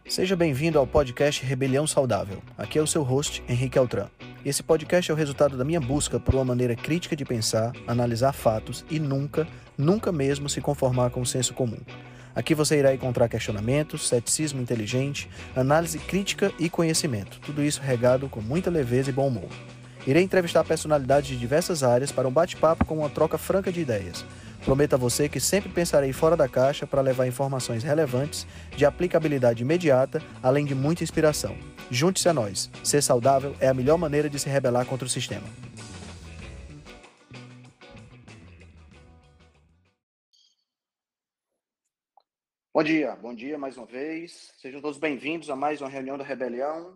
Seja bem-vindo ao podcast Rebelião Saudável. Aqui é o seu host, Henrique Altran. Esse podcast é o resultado da minha busca por uma maneira crítica de pensar, analisar fatos e nunca mesmo se conformar com o senso comum. Aqui você irá encontrar questionamentos, ceticismo inteligente, análise crítica e conhecimento. Tudo isso regado com muita leveza e bom humor. Irei entrevistar personalidades de diversas áreas para um bate-papo com uma troca franca de ideias. Prometo a você que sempre pensarei fora da caixa para levar informações relevantes, de aplicabilidade imediata, além de muita inspiração. Junte-se a nós. Ser saudável é a melhor maneira de se rebelar contra o sistema. Bom dia mais uma vez. Sejam todos bem-vindos a mais uma reunião da Rebelião.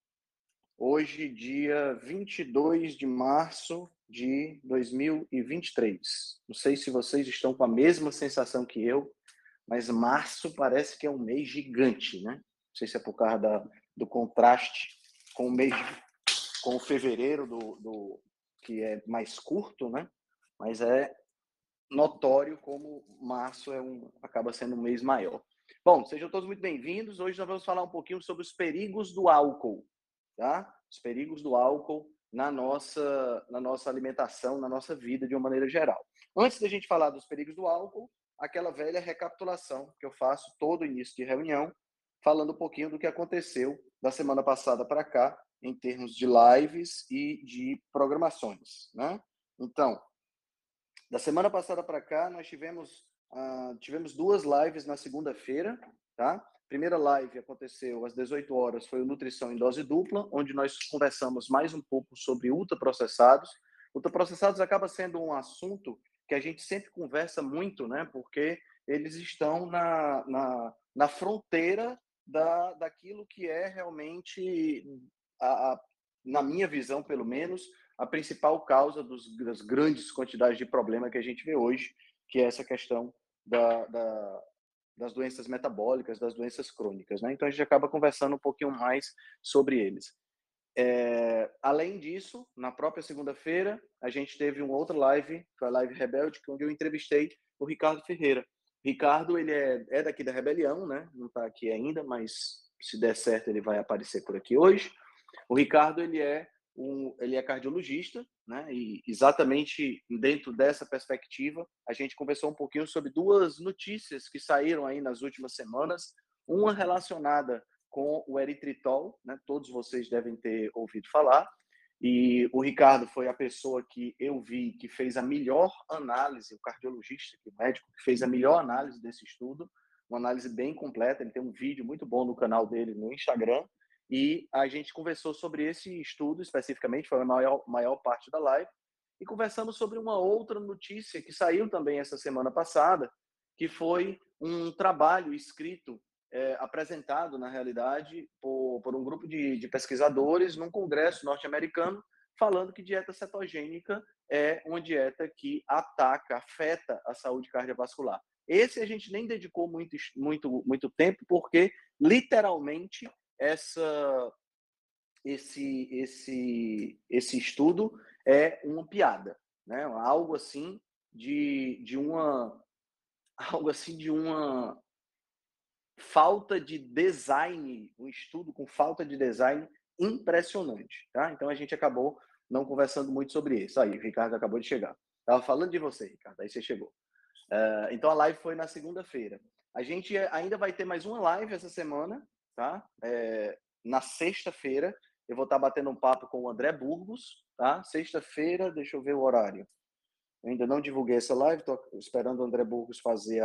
Hoje, dia 22 de março de 2023. Não sei se vocês estão com a mesma sensação que eu, mas março parece que é um mês gigante, né? Não sei se é por causa do contraste com o fevereiro que é mais curto, né? Mas é notório como março acaba sendo um mês maior. Bom, sejam todos muito bem-vindos. Hoje nós vamos falar um pouquinho sobre os perigos do álcool, tá? Os perigos do álcool na nossa alimentação, na nossa vida de uma maneira geral. Antes da gente falar dos perigos do álcool, aquela velha recapitulação que eu faço todo início de reunião, falando um pouquinho do que aconteceu da semana passada para cá, em termos de lives e de programações, né? Então, da semana passada para cá, nós tivemos duas lives na segunda-feira, tá? Primeira live aconteceu às 18 horas, foi o Nutrição em Dose Dupla, onde nós conversamos mais um pouco sobre ultraprocessados. Ultraprocessados acaba sendo um assunto que a gente sempre conversa muito, né? Porque eles estão na fronteira daquilo que é realmente, na minha visão, pelo menos, a principal causa das grandes quantidades de problema que a gente vê hoje, que é essa questão das doenças metabólicas, das doenças crônicas, né? Então a gente acaba conversando um pouquinho mais sobre eles. Além disso, na própria segunda-feira, a gente teve uma outra live, foi a Live Rebelde, onde eu entrevistei o Ricardo Ferreira. Ricardo, ele é daqui da Rebelião, né? Não está aqui ainda, mas se der certo ele vai aparecer por aqui hoje. O Ricardo, ele é cardiologista, né? E exatamente dentro dessa perspectiva, a gente conversou um pouquinho sobre duas notícias que saíram aí nas últimas semanas, uma relacionada com o eritritol, né? Todos vocês devem ter ouvido falar, e o Ricardo foi a pessoa que eu vi que fez a melhor análise, o cardiologista, o médico que fez a melhor análise desse estudo, uma análise bem completa. Ele tem um vídeo muito bom no canal dele no Instagram, e a gente conversou sobre esse estudo especificamente, foi a maior parte da live, e conversamos sobre uma outra notícia que saiu também essa semana passada, que foi um trabalho escrito, apresentado, na realidade, por um grupo de pesquisadores num congresso norte-americano, falando que dieta cetogênica é uma dieta que afeta a saúde cardiovascular. Esse a gente nem dedicou muito tempo, porque, literalmente, esse estudo é uma piada, né? Algo assim de uma falta de design, um estudo com falta de design impressionante, tá? Então a gente acabou não conversando muito sobre isso. Aí, o Ricardo acabou de chegar. Estava falando de você, Ricardo, aí você chegou. Então a live foi na segunda-feira. A gente ainda vai ter mais uma live essa semana, tá? Na sexta-feira, eu vou estar batendo um papo com o André Burgos, tá? Sexta-feira, deixa eu ver o horário. Eu ainda não divulguei essa live, estou esperando o André Burgos fazer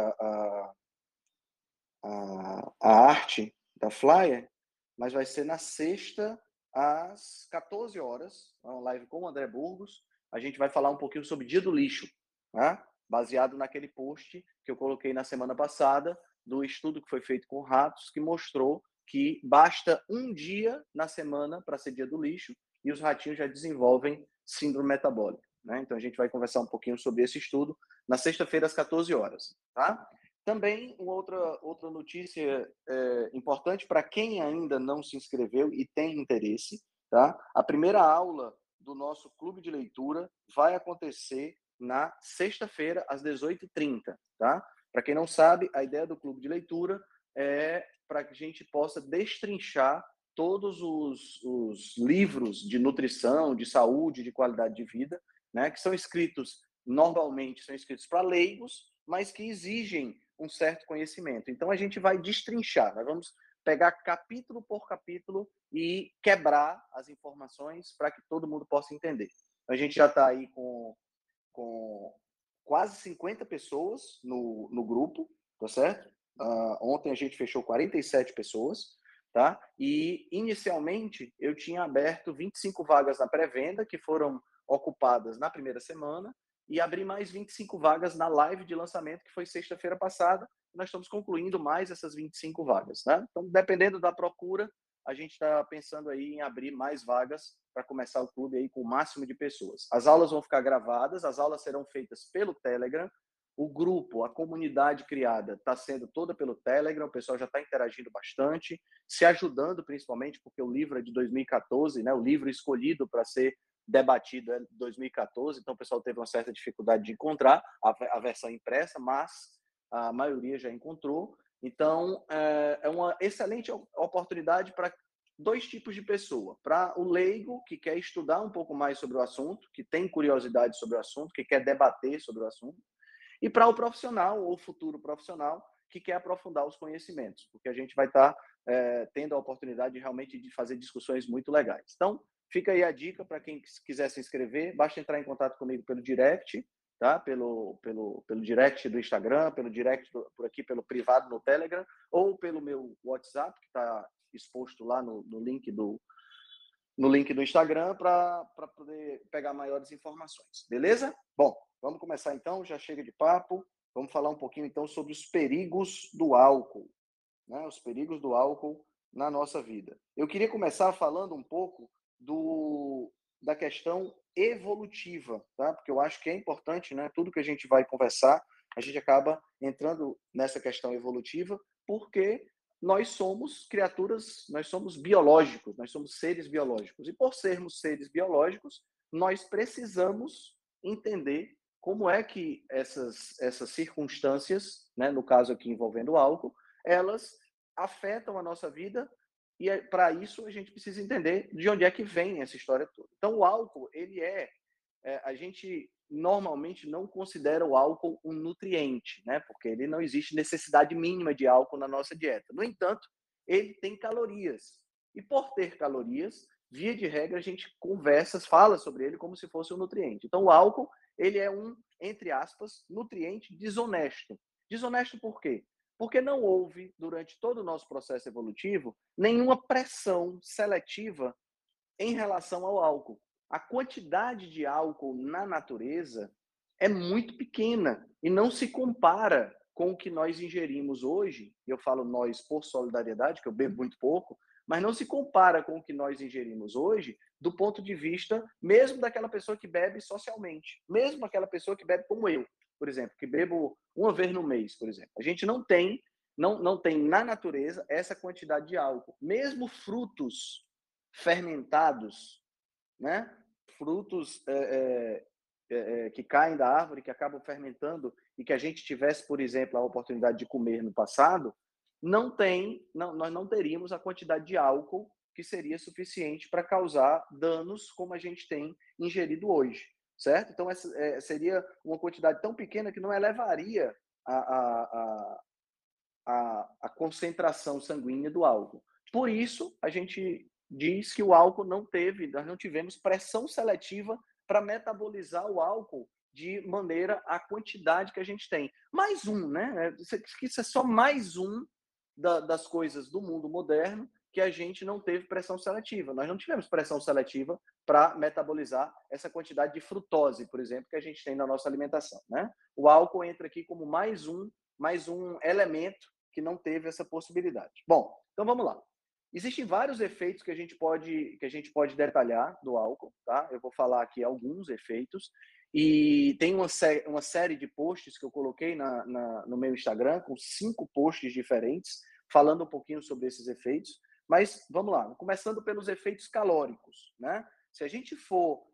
a arte da flyer, mas vai ser na sexta, às 14 horas, uma live com o André Burgos. A gente vai falar um pouquinho sobre Dia do Lixo, né? Baseado naquele post que eu coloquei na semana passada, do estudo que foi feito com ratos, que mostrou que basta um dia na semana para ser Dia do Lixo e os ratinhos já desenvolvem síndrome metabólica, né? Então a gente vai conversar um pouquinho sobre esse estudo na sexta-feira, às 14 horas, tá? Também uma outra notícia importante para quem ainda não se inscreveu e tem interesse, tá? A primeira aula do nosso clube de leitura vai acontecer na sexta-feira, às 18h30, tá? Para quem não sabe, a ideia do clube de leitura para que a gente possa destrinchar todos os livros de nutrição, de saúde, de qualidade de vida, né, que são escritos, normalmente, são escritos para leigos, mas que exigem um certo conhecimento. Então, a gente vai destrinchar, nós vamos pegar capítulo por capítulo e quebrar as informações para que todo mundo possa entender. A gente já está aí com quase 50 pessoas no grupo, tá certo? Ontem a gente fechou 47 pessoas, tá? E, inicialmente, eu tinha aberto 25 vagas na pré-venda, que foram ocupadas na primeira semana, e abri mais 25 vagas na live de lançamento, que foi sexta-feira passada. Nós estamos concluindo mais essas 25 vagas, né? Então, dependendo da procura, a gente está pensando aí em abrir mais vagas para começar o clube aí com o máximo de pessoas. As aulas vão ficar gravadas, as aulas serão feitas pelo Telegram. O grupo, a comunidade criada está sendo toda pelo Telegram, o pessoal já está interagindo bastante, se ajudando principalmente, porque o livro é de 2014, né? O livro escolhido para ser debatido é de 2014, então o pessoal teve uma certa dificuldade de encontrar a versão impressa, mas a maioria já encontrou. Então, é uma excelente oportunidade para dois tipos de pessoa. Para o leigo, que quer estudar um pouco mais sobre o assunto, que tem curiosidade sobre o assunto, que quer debater sobre o assunto, e para o profissional ou futuro profissional que quer aprofundar os conhecimentos, porque a gente vai estar tendo a oportunidade realmente de fazer discussões muito legais. Então, fica aí a dica para quem quiser se inscrever, basta entrar em contato comigo pelo direct, tá? Pelo direct do Instagram, pelo direct por aqui, pelo privado no Telegram, ou pelo meu WhatsApp, que está exposto lá no link do Instagram, para poder pegar maiores informações. Beleza? Bom, vamos começar então, já chega de papo. Vamos falar um pouquinho então sobre os perigos do álcool, né? Os perigos do álcool na nossa vida. Eu queria começar falando um pouco da questão evolutiva, tá? Porque eu acho que é importante, né? Tudo que a gente vai conversar, a gente acaba entrando nessa questão evolutiva, porque nós somos criaturas, nós somos biológicos, nós somos seres biológicos. E por sermos seres biológicos, nós precisamos entender como é que essas circunstâncias, né, no caso aqui envolvendo o álcool, elas afetam a nossa vida, e para isso a gente precisa entender de onde é que vem essa história toda. Então, o álcool, ele a gente normalmente não considera o álcool um nutriente, né? Porque ele não existe necessidade mínima de álcool na nossa dieta. No entanto, ele tem calorias. E por ter calorias, via de regra, a gente fala sobre ele como se fosse um nutriente. Então, o álcool, ele é um, entre aspas, nutriente desonesto. Desonesto por quê? Porque não houve, durante todo o nosso processo evolutivo, nenhuma pressão seletiva em relação ao álcool. A quantidade de álcool na natureza é muito pequena e não se compara com o que nós ingerimos hoje. Eu falo nós por solidariedade, que eu bebo muito pouco, mas não se compara com o que nós ingerimos hoje do ponto de vista mesmo daquela pessoa que bebe socialmente, mesmo aquela pessoa que bebe como eu, por exemplo, que bebo uma vez no mês, por exemplo. A gente não tem na natureza essa quantidade de álcool. Mesmo frutos fermentados, né? Frutos que caem da árvore, que acabam fermentando e que a gente tivesse, por exemplo, a oportunidade de comer no passado, nós não teríamos a quantidade de álcool que seria suficiente para causar danos como a gente tem ingerido hoje, certo? Então, essa seria uma quantidade tão pequena que não elevaria a concentração sanguínea do álcool. Por isso, a gente diz que o álcool nós não tivemos pressão seletiva para metabolizar o álcool de maneira a quantidade que a gente tem. Mais um, né? Isso é só mais um das coisas do mundo moderno que a gente não teve pressão seletiva. Nós não tivemos pressão seletiva para metabolizar essa quantidade de frutose, por exemplo, que a gente tem na nossa alimentação, né? O álcool entra aqui como mais um elemento que não teve essa possibilidade. Bom, então vamos lá. Existem vários efeitos que a gente pode detalhar do álcool, tá? Eu vou falar aqui alguns efeitos e tem uma série de posts que eu coloquei no meu Instagram com 5 posts diferentes falando um pouquinho sobre esses efeitos. Mas vamos lá, começando pelos efeitos calóricos, né? Se a gente for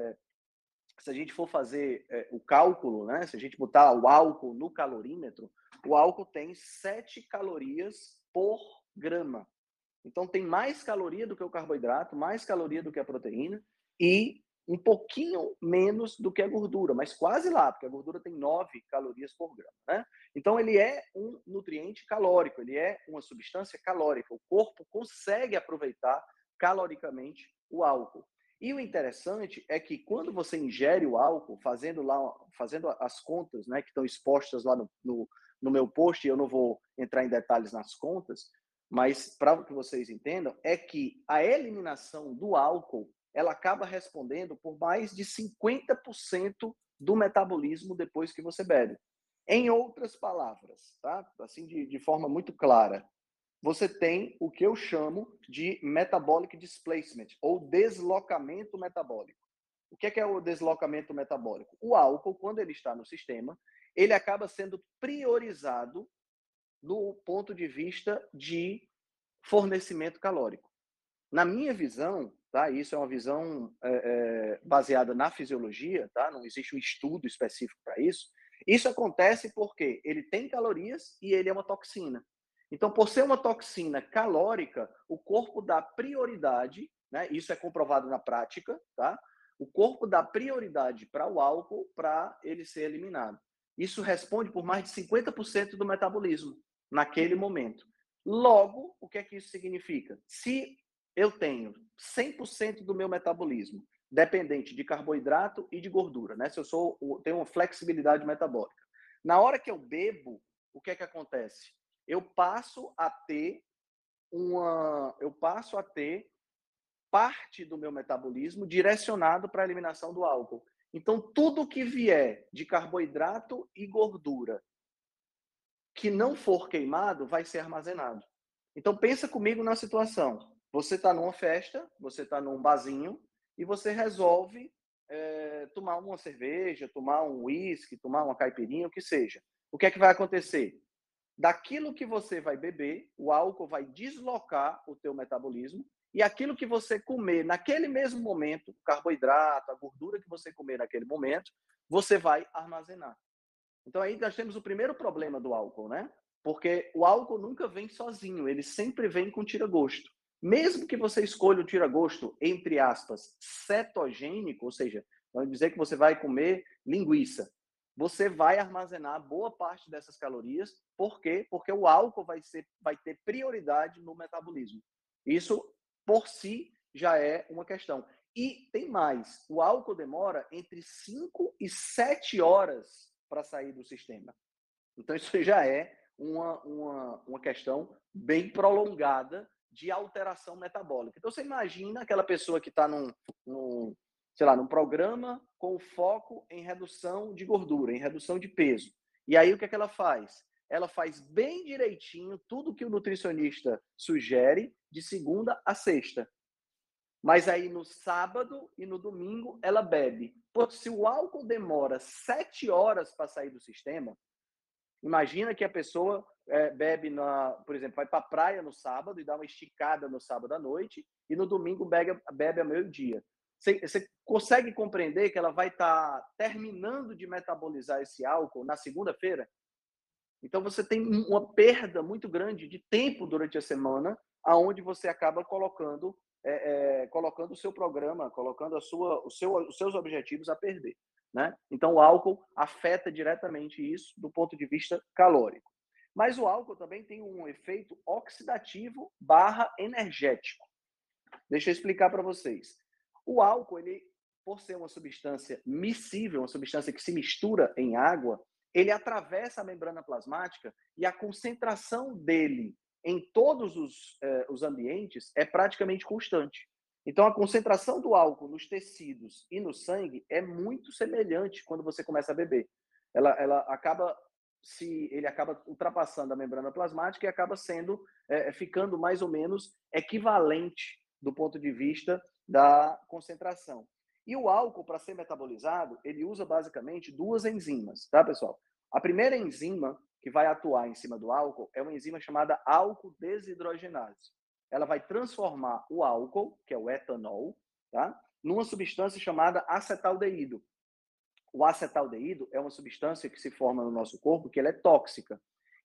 fazer o cálculo, né? Se a gente botar o álcool no calorímetro, o álcool tem 7 calorias por grama. Então, tem mais caloria do que o carboidrato, mais caloria do que a proteína e um pouquinho menos do que a gordura, mas quase lá, porque a gordura tem 9 calorias por grama, né? Então, ele é um nutriente calórico, ele é uma substância calórica. O corpo consegue aproveitar caloricamente o álcool. E o interessante é que quando você ingere o álcool, fazendo as contas, né, que estão expostas lá no meu post, e eu não vou entrar em detalhes nas contas, mas para que vocês entendam, é que a eliminação do álcool, ela acaba respondendo por mais de 50% do metabolismo depois que você bebe. Em outras palavras, tá? Assim de forma muito clara, você tem o que eu chamo de metabolic displacement, ou deslocamento metabólico. O que é o deslocamento metabólico? O álcool, quando ele está no sistema, ele acaba sendo priorizado do ponto de vista de fornecimento calórico. Na minha visão, tá? Isso é uma visão baseada na fisiologia, tá? Não existe um estudo específico para isso. Isso acontece porque ele tem calorias e ele é uma toxina. Então, por ser uma toxina calórica, o corpo dá prioridade, né? Isso é comprovado na prática, tá? O corpo dá prioridade para o álcool para ele ser eliminado. Isso responde por mais de 50% do metabolismo naquele momento. Logo, o que é que isso significa? Se eu tenho 100% do meu metabolismo dependente de carboidrato e de gordura, né? Se eu tenho uma flexibilidade metabólica. Na hora que eu bebo, o que é que acontece? Eu passo a ter parte do meu metabolismo direcionado para a eliminação do álcool. Então, tudo que vier de carboidrato e gordura que não for queimado vai ser armazenado. Então, pensa comigo na situação. Você está numa festa, você está num barzinho e você resolve tomar uma cerveja, tomar um uísque, tomar uma caipirinha, o que seja. O que é que vai acontecer? Daquilo que você vai beber, o álcool vai deslocar o teu metabolismo e aquilo que você comer naquele mesmo momento, o carboidrato, a gordura que você comer naquele momento, você vai armazenar. Então aí nós temos o primeiro problema do álcool, né? Porque o álcool nunca vem sozinho, ele sempre vem com tira-gosto. Mesmo que você escolha o tira-gosto, entre aspas, cetogênico, ou seja, vamos dizer que você vai comer linguiça, você vai armazenar boa parte dessas calorias. Por quê? Porque o álcool vai ter prioridade no metabolismo. Isso, por si, já é uma questão. E tem mais, o álcool demora entre 5 e 7 horas para sair do sistema. Então, isso já é uma questão bem prolongada de alteração metabólica. Então, você imagina aquela pessoa que está num programa com foco em redução de gordura, em redução de peso. E aí, o que é que ela faz? Ela faz bem direitinho tudo que o nutricionista sugere de segunda a sexta. Mas aí no sábado e no domingo ela bebe. Pô, se o álcool demora 7 horas para sair do sistema, imagina que a pessoa bebe, por exemplo, vai para a praia no sábado e dá uma esticada no sábado à noite e no domingo bebe ao meio-dia. Você consegue compreender que ela vai estar terminando de metabolizar esse álcool na segunda-feira? Então você tem uma perda muito grande de tempo durante a semana, aonde você acaba colocando o seu programa, colocando os seus objetivos a perder, né? Então o álcool afeta diretamente isso do ponto de vista calórico. Mas o álcool também tem um efeito oxidativo / energético. Deixa eu explicar para vocês. O álcool, ele, por ser uma substância miscível, uma substância que se mistura em água, ele atravessa a membrana plasmática e a concentração dele em todos os ambientes é praticamente constante. Então, a concentração do álcool nos tecidos e no sangue é muito semelhante quando você começa a beber. Ele acaba ultrapassando a membrana plasmática e acaba ficando mais ou menos equivalente do ponto de vista da concentração. E o álcool, para ser metabolizado, ele usa basicamente duas enzimas, tá, pessoal? A primeira enzima que vai atuar em cima do álcool é uma enzima chamada álcool desidrogenase. Ela vai transformar o álcool, que é o etanol, tá, numa substância chamada acetaldeído. O acetaldeído é uma substância que se forma no nosso corpo que ela é tóxica.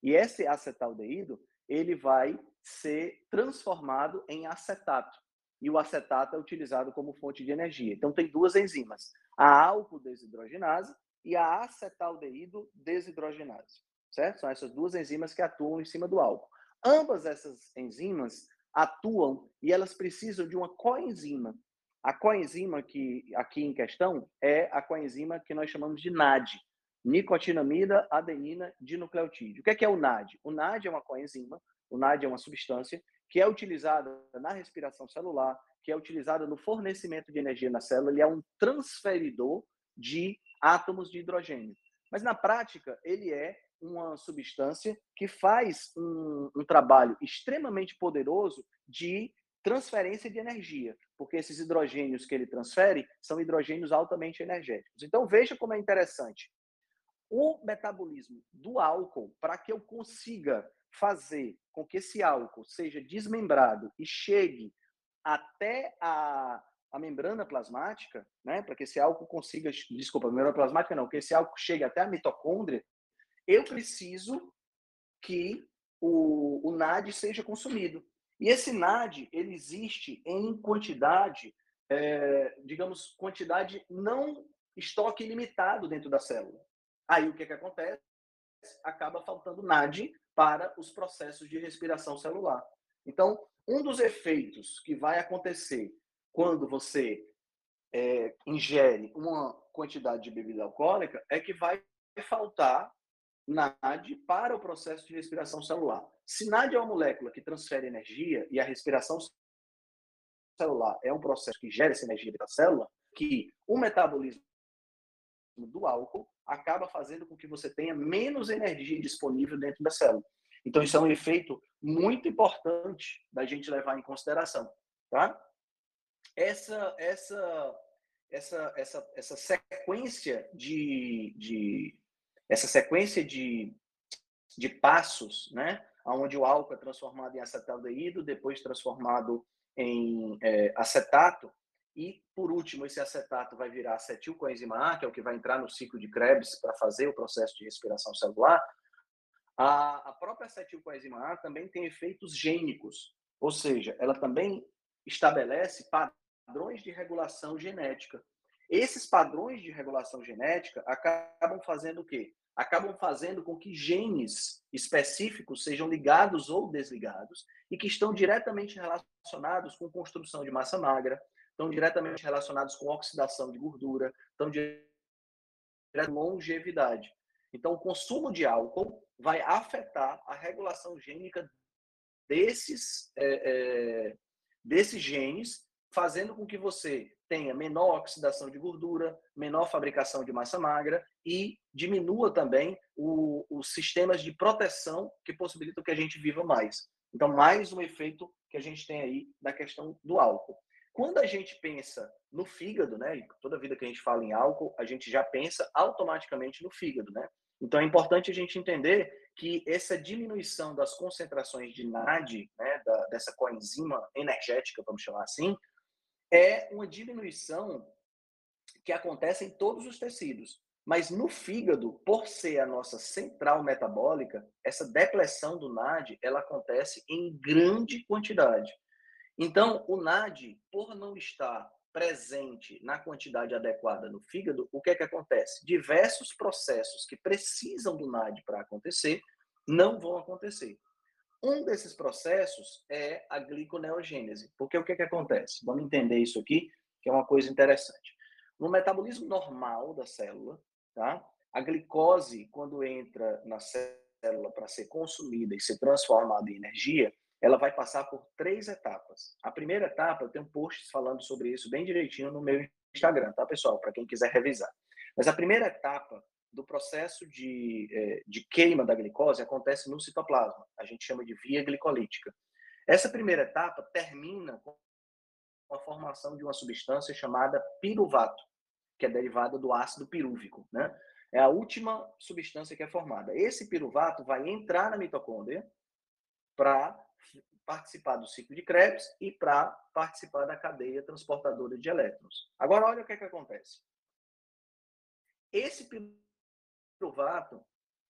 E esse acetaldeído, ele vai ser transformado em acetato. E o acetato é utilizado como fonte de energia. Então, tem duas enzimas, a álcool-desidrogenase e a acetaldeído desidrogenase, certo? São essas duas enzimas que atuam em cima do álcool. Ambas essas enzimas atuam e elas precisam de uma coenzima. A coenzima que aqui em questão é a coenzima que nós chamamos de NAD, nicotinamida adenina dinucleotídeo. O que é o NAD? O NAD é uma coenzima, o NAD é uma substância que é utilizada na respiração celular, que é utilizada no fornecimento de energia na célula, ele é um transferidor de átomos de hidrogênio. Mas na prática, ele é uma substância que faz um trabalho extremamente poderoso de transferência de energia, porque esses hidrogênios que ele transfere são hidrogênios altamente energéticos. Então veja como é interessante. O metabolismo do álcool, para que eu consiga fazer com que esse álcool seja desmembrado e chegue até a membrana plasmática, né, para que esse álcool consiga, desculpa, a membrana plasmática não, que esse álcool chegue até a mitocôndria, eu preciso que o NAD seja consumido. E esse NAD, ele existe em quantidade, digamos, quantidade não estoque ilimitado dentro da célula. Aí o que acontece? Acaba faltando NAD para os processos de respiração celular. Então, um dos efeitos que vai acontecer quando você ingere uma quantidade de bebida alcoólica é que vai faltar NAD para o processo de respiração celular. Se NAD é uma molécula que transfere energia e a respiração celular é um processo que gera essa energia da célula, que o metabolismo do álcool acaba fazendo com que você tenha menos energia disponível dentro da célula. Então, isso é um efeito muito importante da gente levar em consideração, tá? Essa sequência de passos, né? Onde o álcool é transformado em acetaldeído, depois transformado em acetato, e, por último, esse acetato vai virar acetilcoenzima A, que é o que vai entrar no ciclo de Krebs para fazer o processo de respiração celular. A própria acetilcoenzima A também tem efeitos gênicos, ou seja, ela também estabelece padrões de regulação genética. Esses padrões de regulação genética acabam fazendo o quê? Acabam fazendo com que genes específicos sejam ligados ou desligados e que estão diretamente relacionados com construção de massa magra, estão diretamente relacionados com oxidação de gordura, estão diretamente com longevidade. Então, o consumo de álcool vai afetar a regulação gênica desses genes, fazendo com que você tenha menor oxidação de gordura, menor fabricação de massa magra e diminua também os sistemas de proteção que possibilitam que a gente viva mais. Então, mais um efeito que a gente tem aí da questão do álcool. Quando a gente pensa no fígado, né, toda vida que a gente fala em álcool, a gente já pensa automaticamente no fígado, né? Então, é importante a gente entender que essa diminuição das concentrações de NAD, né, dessa coenzima energética, vamos chamar assim, é uma diminuição que acontece em todos os tecidos. Mas no fígado, por ser a nossa central metabólica, essa depleção do NAD, ela acontece em grande quantidade. Então, o NAD, por não estar presente na quantidade adequada no fígado, o que é que acontece? Diversos processos que precisam do NAD para acontecer não vão acontecer. Um desses processos é a gliconeogênese. Porque o que é que acontece? Vamos entender isso aqui, que é uma coisa interessante. No metabolismo normal da célula, tá? A glicose, quando entra na célula para ser consumida e ser transformada em energia, ela vai passar por 3 etapas. A primeira etapa, eu tenho posts falando sobre isso bem direitinho no meu Instagram, tá, pessoal? Para quem quiser revisar. Mas a primeira etapa do processo de queima da glicose acontece no citoplasma. A gente chama de via glicolítica. Essa primeira etapa termina com a formação de uma substância chamada piruvato, que é derivada do ácido pirúvico, né? É a última substância que é formada. Esse piruvato vai entrar na mitocôndria para participar do ciclo de Krebs e para participar da cadeia transportadora de elétrons. Agora, olha o que acontece. Esse piruvato,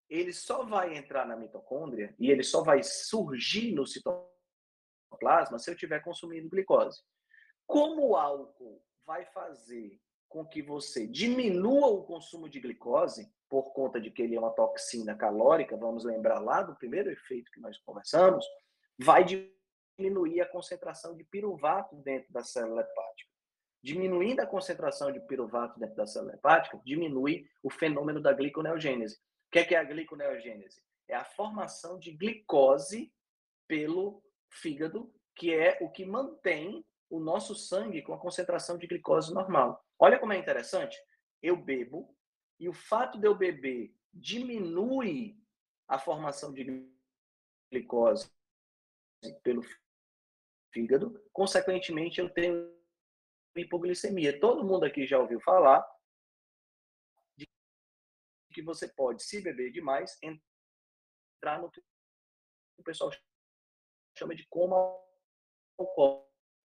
ele só vai entrar na mitocôndria e ele só vai surgir no citoplasma se eu estiver consumindo glicose. Como o álcool vai fazer com que você diminua o consumo de glicose, por conta de que ele é uma toxina calórica, vamos lembrar lá do primeiro efeito que nós conversamos, vai diminuir a concentração de piruvato dentro da célula hepática. Diminuindo a concentração de piruvato dentro da célula hepática, diminui o fenômeno da gliconeogênese. O que é a gliconeogênese? É a formação de glicose pelo fígado, que é o que mantém o nosso sangue com a concentração de glicose normal. Olha como é interessante. Eu bebo e o fato de eu beber diminui a formação de glicose pelo fígado, consequentemente eu tenho hipoglicemia. Todo mundo aqui já ouviu falar de que você pode, se beber demais, entrar no que o pessoal chama de coma alcoólico.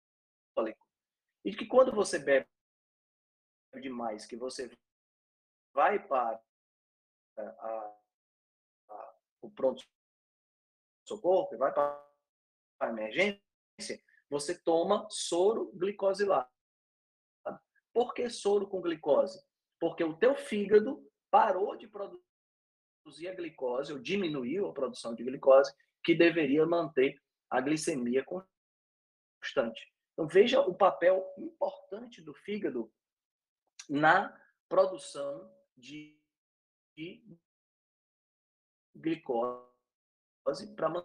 E que quando você bebe demais, que você vai para a, o pronto-socorro, vai para a emergência, você toma soro glicosilado. Por que soro com glicose? Porque o teu fígado parou de produzir a glicose, ou diminuiu a produção de glicose, que deveria manter a glicemia constante. Então, veja o papel importante do fígado na produção de glicose para manter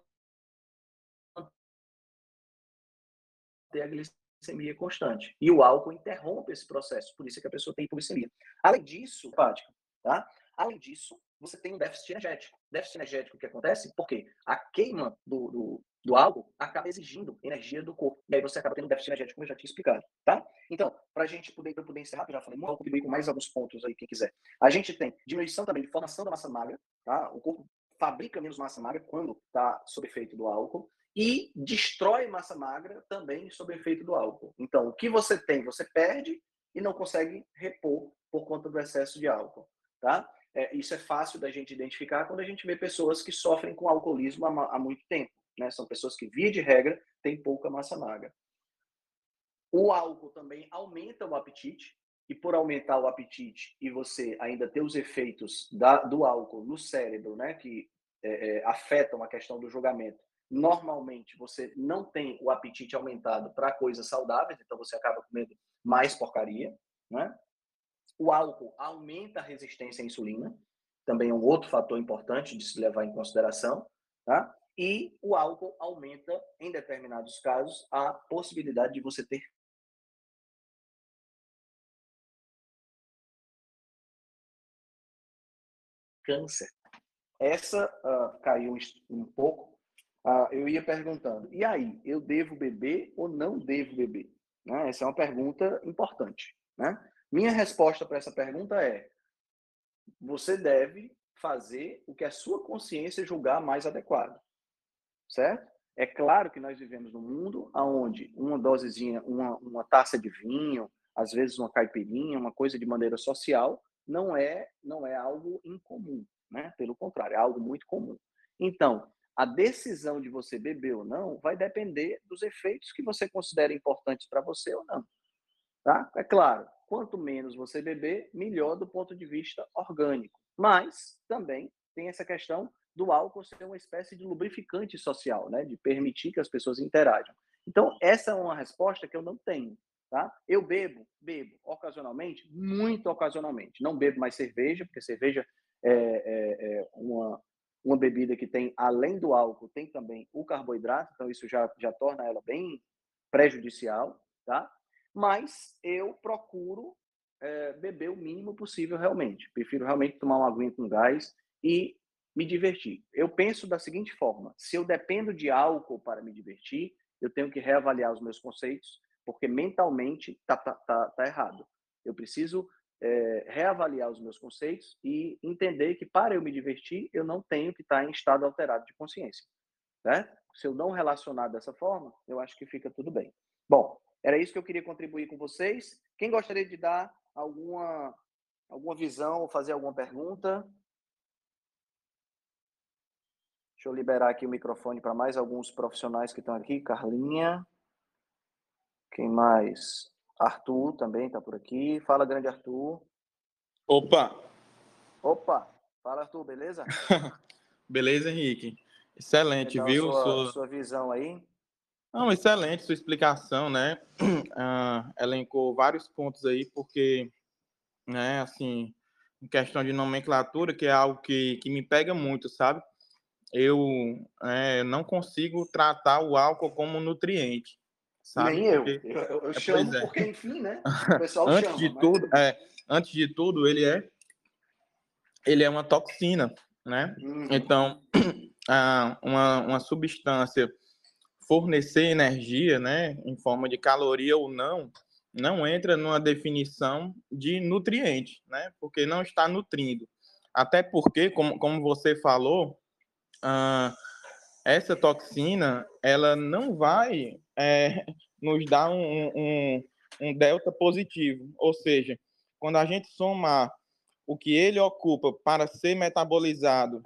a glicemia constante. E o álcool interrompe esse processo, por isso é que a pessoa tem hipoglicemia. Além disso, hepática, tá? Além disso, você tem um déficit energético. Déficit energético que acontece porque a queima do álcool acaba exigindo energia do corpo. E aí você acaba tendo um déficit energético, como eu já tinha explicado, tá? Então, para a gente poder encerrar, eu já falei muito, contribuir com mais alguns pontos aí, quem quiser. A gente tem diminuição também de formação da massa magra, tá? O corpo fabrica menos massa magra quando está sob efeito do álcool e destrói massa magra também sob efeito do álcool. Então, o que você tem, você perde e não consegue repor por conta do excesso de álcool, tá? Isso é fácil da gente identificar quando a gente vê pessoas que sofrem com alcoolismo há muito tempo, né? São pessoas que, via de regra, têm pouca massa magra. O álcool também aumenta o apetite, e por aumentar o apetite e você ainda ter os efeitos do álcool no cérebro, né, que afetam a questão do julgamento, normalmente você não tem o apetite aumentado para coisas saudáveis, então você acaba comendo mais porcaria, né? O álcool aumenta a resistência à insulina, também é um outro fator importante de se levar em consideração, tá? E o álcool aumenta, em determinados casos, a possibilidade de você ter câncer. Essa caiu um pouco. Eu ia perguntando, e aí, eu devo beber ou não devo beber? Né? Essa é uma pergunta importante. Né? Minha resposta para essa pergunta é: você deve fazer o que a sua consciência julgar mais adequado, certo? É claro que nós vivemos num mundo onde uma dosezinha, uma taça de vinho, às vezes uma caipirinha, uma coisa de maneira social, não é algo incomum, né? Pelo contrário, é algo muito comum. Então, a decisão de você beber ou não vai depender dos efeitos que você considera importantes para você ou não, tá? É claro, quanto menos você beber, melhor do ponto de vista orgânico. Mas também tem essa questão do álcool ser uma espécie de lubrificante social, né? De permitir que as pessoas interajam. Então, essa é uma resposta que eu não tenho, tá? Eu bebo ocasionalmente, muito ocasionalmente. Não bebo mais cerveja, porque cerveja é uma bebida que tem, além do álcool, tem também o carboidrato, então isso já torna ela bem prejudicial, tá? Mas eu procuro beber o mínimo possível realmente. Prefiro realmente tomar uma aguinha com gás e me divertir. Eu penso da seguinte forma: se eu dependo de álcool para me divertir, eu tenho que reavaliar os meus conceitos, porque mentalmente tá errado. Eu preciso reavaliar os meus conceitos e entender que para eu me divertir, eu não tenho que estar em estado alterado de consciência. Né? Se eu não relacionar dessa forma, eu acho que fica tudo bem. Bom, era isso que eu queria contribuir com vocês. Quem gostaria de dar alguma visão ou fazer alguma pergunta? Deixa eu liberar aqui o microfone para mais alguns profissionais que estão aqui. Carlinha. Quem mais? Arthur também está por aqui. Fala, grande Arthur. Opa! Opa! Fala, Arthur, beleza? Beleza, Henrique? Excelente, Então, viu? sua visão aí. Não, excelente sua explicação, né? Elencou vários pontos aí, porque, né, assim, em questão de nomenclatura, que é algo que me pega muito, sabe? Eu não consigo tratar o álcool como nutriente, sabe? Nem eu. Porque, Eu pois chamo é, porque, enfim, né? O pessoal antes chama, de mas tudo, tudo bem. ele é uma toxina, né? Uhum. Então, uma substância fornecer energia, né, em forma de caloria ou não, não entra numa definição de nutriente, né, porque não está nutrindo. Até porque, como você falou, essa toxina, ela não vai nos dar um delta positivo, ou seja, quando a gente somar o que ele ocupa para ser metabolizado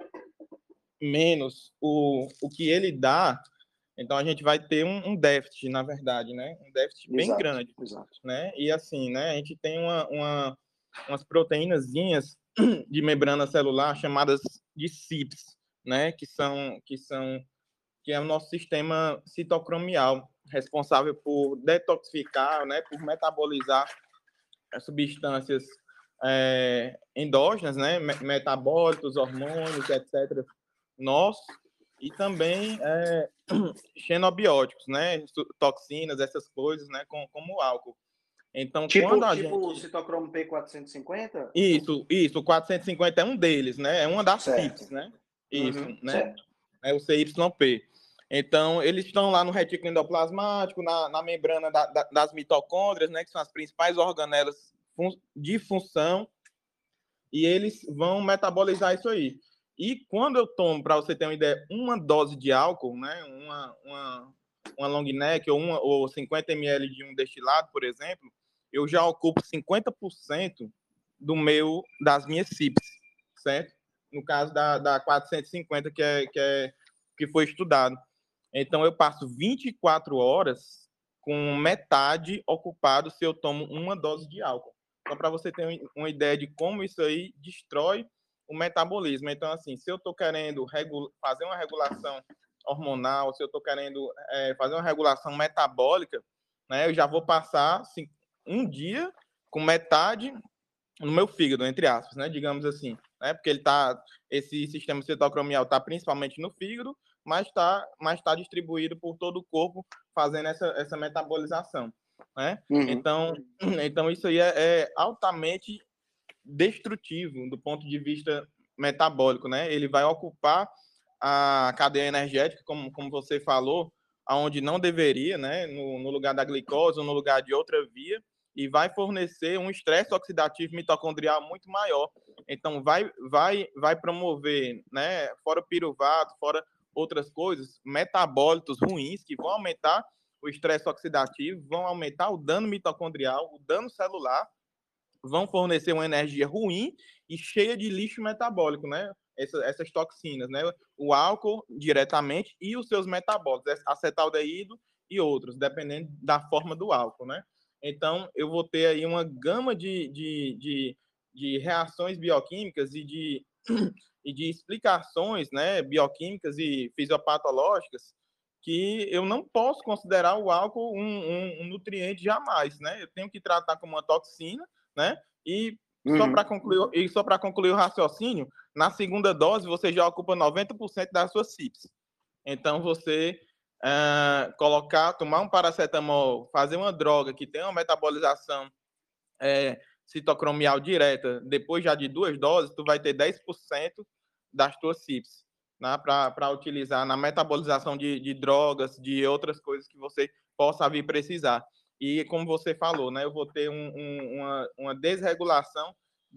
menos o que ele dá, então a gente vai ter um déficit, na verdade, né? Um déficit bem Exato, grande, exato. né? E assim, né? A gente tem umas proteínazinhas de membrana celular chamadas de CIPs, né? Que é o nosso sistema citocromial, responsável por detoxificar, né? Por metabolizar as substâncias endógenas, né? Metabólitos, hormônios, etc. Nossos e também xenobióticos, né? Toxinas, essas coisas, né? Como o álcool. Então, quando a Tipo o gente... citocromo P450? Isso, o 450 é um deles, né? É uma das Certo. CIPs, né? Isso, Uhum, né? certo. É o CYP. Então, eles estão lá no retículo endoplasmático, na membrana das mitocôndrias, né? Que são as principais organelas de função, e eles vão metabolizar isso aí. E quando eu tomo, para você ter uma ideia, uma dose de álcool, né, uma long neck ou 50 ml de um destilado, por exemplo, eu já ocupo 50% das minhas CIPs, certo? No caso da 450, que foi estudado. Então, eu passo 24 horas com metade ocupado se eu tomo uma dose de álcool. Só para você ter uma ideia de como isso aí destrói o metabolismo. Então, assim, se eu estou querendo fazer uma regulação hormonal, se eu estou querendo fazer uma regulação metabólica, né, eu já vou passar assim, um dia com metade no meu fígado, entre aspas, né, digamos assim, né, porque esse sistema citocromial está principalmente no fígado, mas tá distribuído por todo o corpo, fazendo essa metabolização, né? Uhum. Então isso aí é altamente destrutivo do ponto de vista metabólico, né? Ele vai ocupar a cadeia energética, como você falou, aonde não deveria, né? No lugar da glicose ou no lugar de outra via, e vai fornecer um estresse oxidativo mitocondrial muito maior. Então, vai promover, né? Fora o piruvato, fora outras coisas, metabólitos ruins que vão aumentar o estresse oxidativo, vão aumentar o dano mitocondrial, o dano celular, vão fornecer uma energia ruim e cheia de lixo metabólico, né? Essas toxinas, né? O álcool diretamente e os seus metabólicos, acetaldeído e outros, dependendo da forma do álcool, né? Então, eu vou ter aí uma gama de reações bioquímicas e de explicações, né, bioquímicas e fisiopatológicas que eu não posso considerar o álcool um nutriente jamais, né? Eu tenho que tratar como uma toxina, né? E só para concluir o raciocínio, na segunda dose você já ocupa 90% das suas CIPs. Então você tomar um paracetamol, fazer uma droga que tem uma metabolização citocromial direta, depois já de 2 doses, tu vai ter 10% das tuas CIPs, né, para utilizar na metabolização de drogas, de outras coisas que você possa vir precisar. E como você falou, né, eu vou ter uma desregulação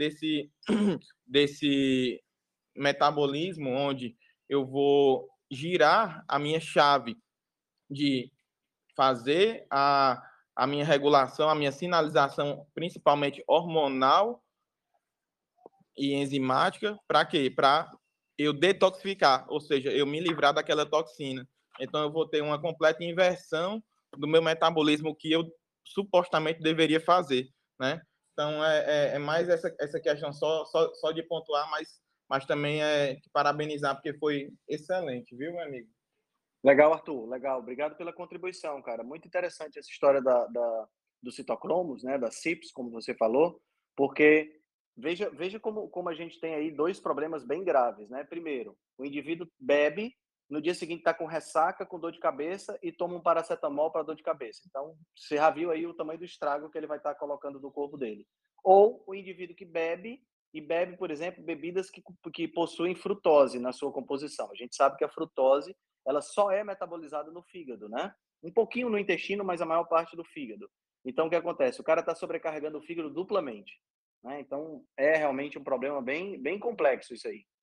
desse metabolismo, onde eu vou girar a minha chave de fazer a minha regulação, a minha sinalização, principalmente hormonal e enzimática, para quê? Para eu detoxificar, ou seja, eu me livrar daquela toxina. Então, eu vou ter uma completa inversão do meu metabolismo que eu supostamente deveria fazer, né? Então, é mais essa questão só de pontuar, mas também é de parabenizar, porque foi excelente, viu, meu amigo? Legal, Arthur. Legal. Obrigado pela contribuição, cara. Muito interessante essa história dos citocromos, né? Das CYPs, como você falou, porque veja como a gente tem aí dois problemas bem graves, né? Primeiro, o indivíduo bebe, no dia seguinte está com ressaca, com dor de cabeça e toma um paracetamol para dor de cabeça. Então, você já viu aí o tamanho do estrago que ele vai estar colocando no corpo dele. Ou o indivíduo que bebe e bebe, por exemplo, bebidas que possuem frutose na sua composição. A gente sabe que a frutose ela só é metabolizada no fígado, né? Um pouquinho no intestino, mas a maior parte do fígado. Então, o que acontece? O cara está sobrecarregando o fígado duplamente, né? Então, é realmente um problema bem complexo isso aí.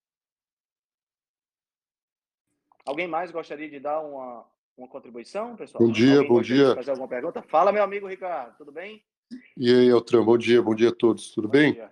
Alguém mais gostaria de dar uma contribuição, pessoal? Bom dia, Alguém bom gostaria de dia. fazer alguma pergunta? Fala, meu amigo Ricardo, tudo bem? E aí, Altran, bom dia a todos, tudo Bom bem? dia.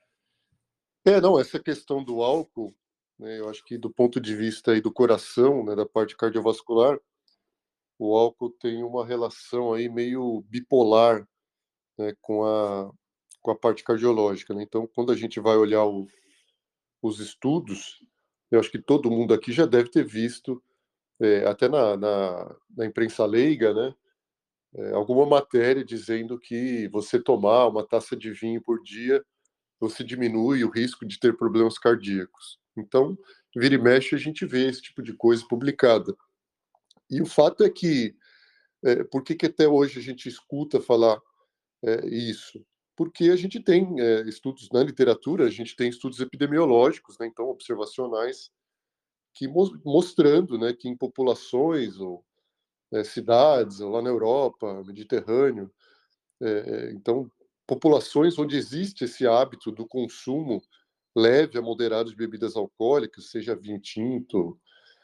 Não, essa questão do álcool, né, eu acho que do ponto de vista aí do coração, né, da parte cardiovascular, o álcool tem uma relação aí meio bipolar, né, com a parte cardiológica, né? Então, quando a gente vai olhar os estudos, eu acho que todo mundo aqui já deve ter visto, até na imprensa leiga, né, alguma matéria dizendo que você tomar uma taça de vinho por dia você diminui o risco de ter problemas cardíacos. Então, vira e mexe, a gente vê esse tipo de coisa publicada. E o fato é que, por que até hoje a gente escuta falar isso? Porque a gente tem estudos na literatura, a gente tem estudos epidemiológicos, né, então observacionais, que mostrando, né, que em populações ou cidades, ou lá na Europa, Mediterrâneo, então populações onde existe esse hábito do consumo leve a moderado de bebidas alcoólicas, seja vinho tinto,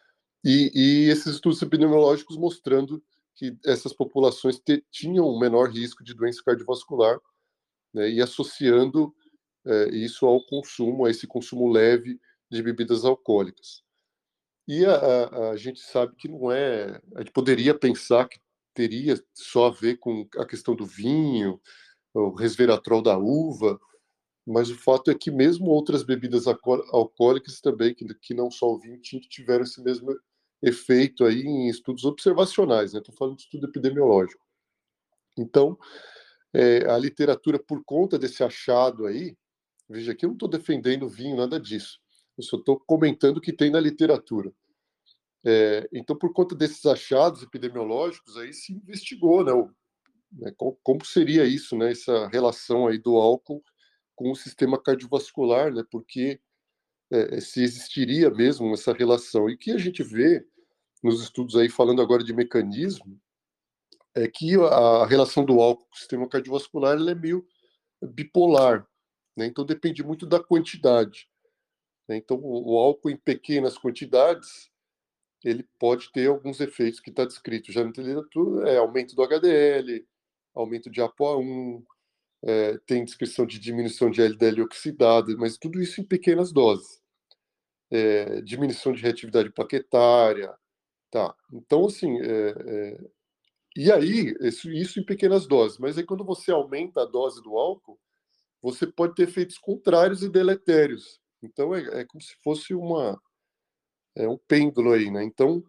e esses estudos epidemiológicos mostrando que essas populações tinham um menor risco de doença cardiovascular, né, e associando isso ao consumo, a esse consumo leve de bebidas alcoólicas. E a gente sabe que não é. A gente poderia pensar que teria só a ver com a questão do vinho, o resveratrol da uva, mas o fato é que mesmo outras bebidas alcoólicas também, que não só o vinho tinto, tiveram esse mesmo efeito aí em estudos observacionais, né? Estou falando de estudo epidemiológico. Então, a literatura, por conta desse achado aí, veja aqui, eu não estou defendendo vinho, nada disso. Eu só estou comentando o que tem na literatura. Então, por conta desses achados epidemiológicos, aí se investigou, né, como seria isso, né, essa relação aí do álcool com o sistema cardiovascular, né, porque se existiria mesmo essa relação. E o que a gente vê nos estudos aí, falando agora de mecanismo, é que a relação do álcool com o sistema cardiovascular ela é meio bipolar, né, então depende muito da quantidade, né, então o álcool em pequenas quantidades ele pode ter alguns efeitos que está descrito já na literatura, aumento do HDL, aumento de ApoA1, tem descrição de diminuição de LDL oxidado, mas tudo isso em pequenas doses. Diminuição de reatividade plaquetária, tá? Então, assim, e aí, isso em pequenas doses, mas aí quando você aumenta a dose do álcool, você pode ter efeitos contrários e deletérios. Então, é como se fosse um pêndulo aí, né? Então,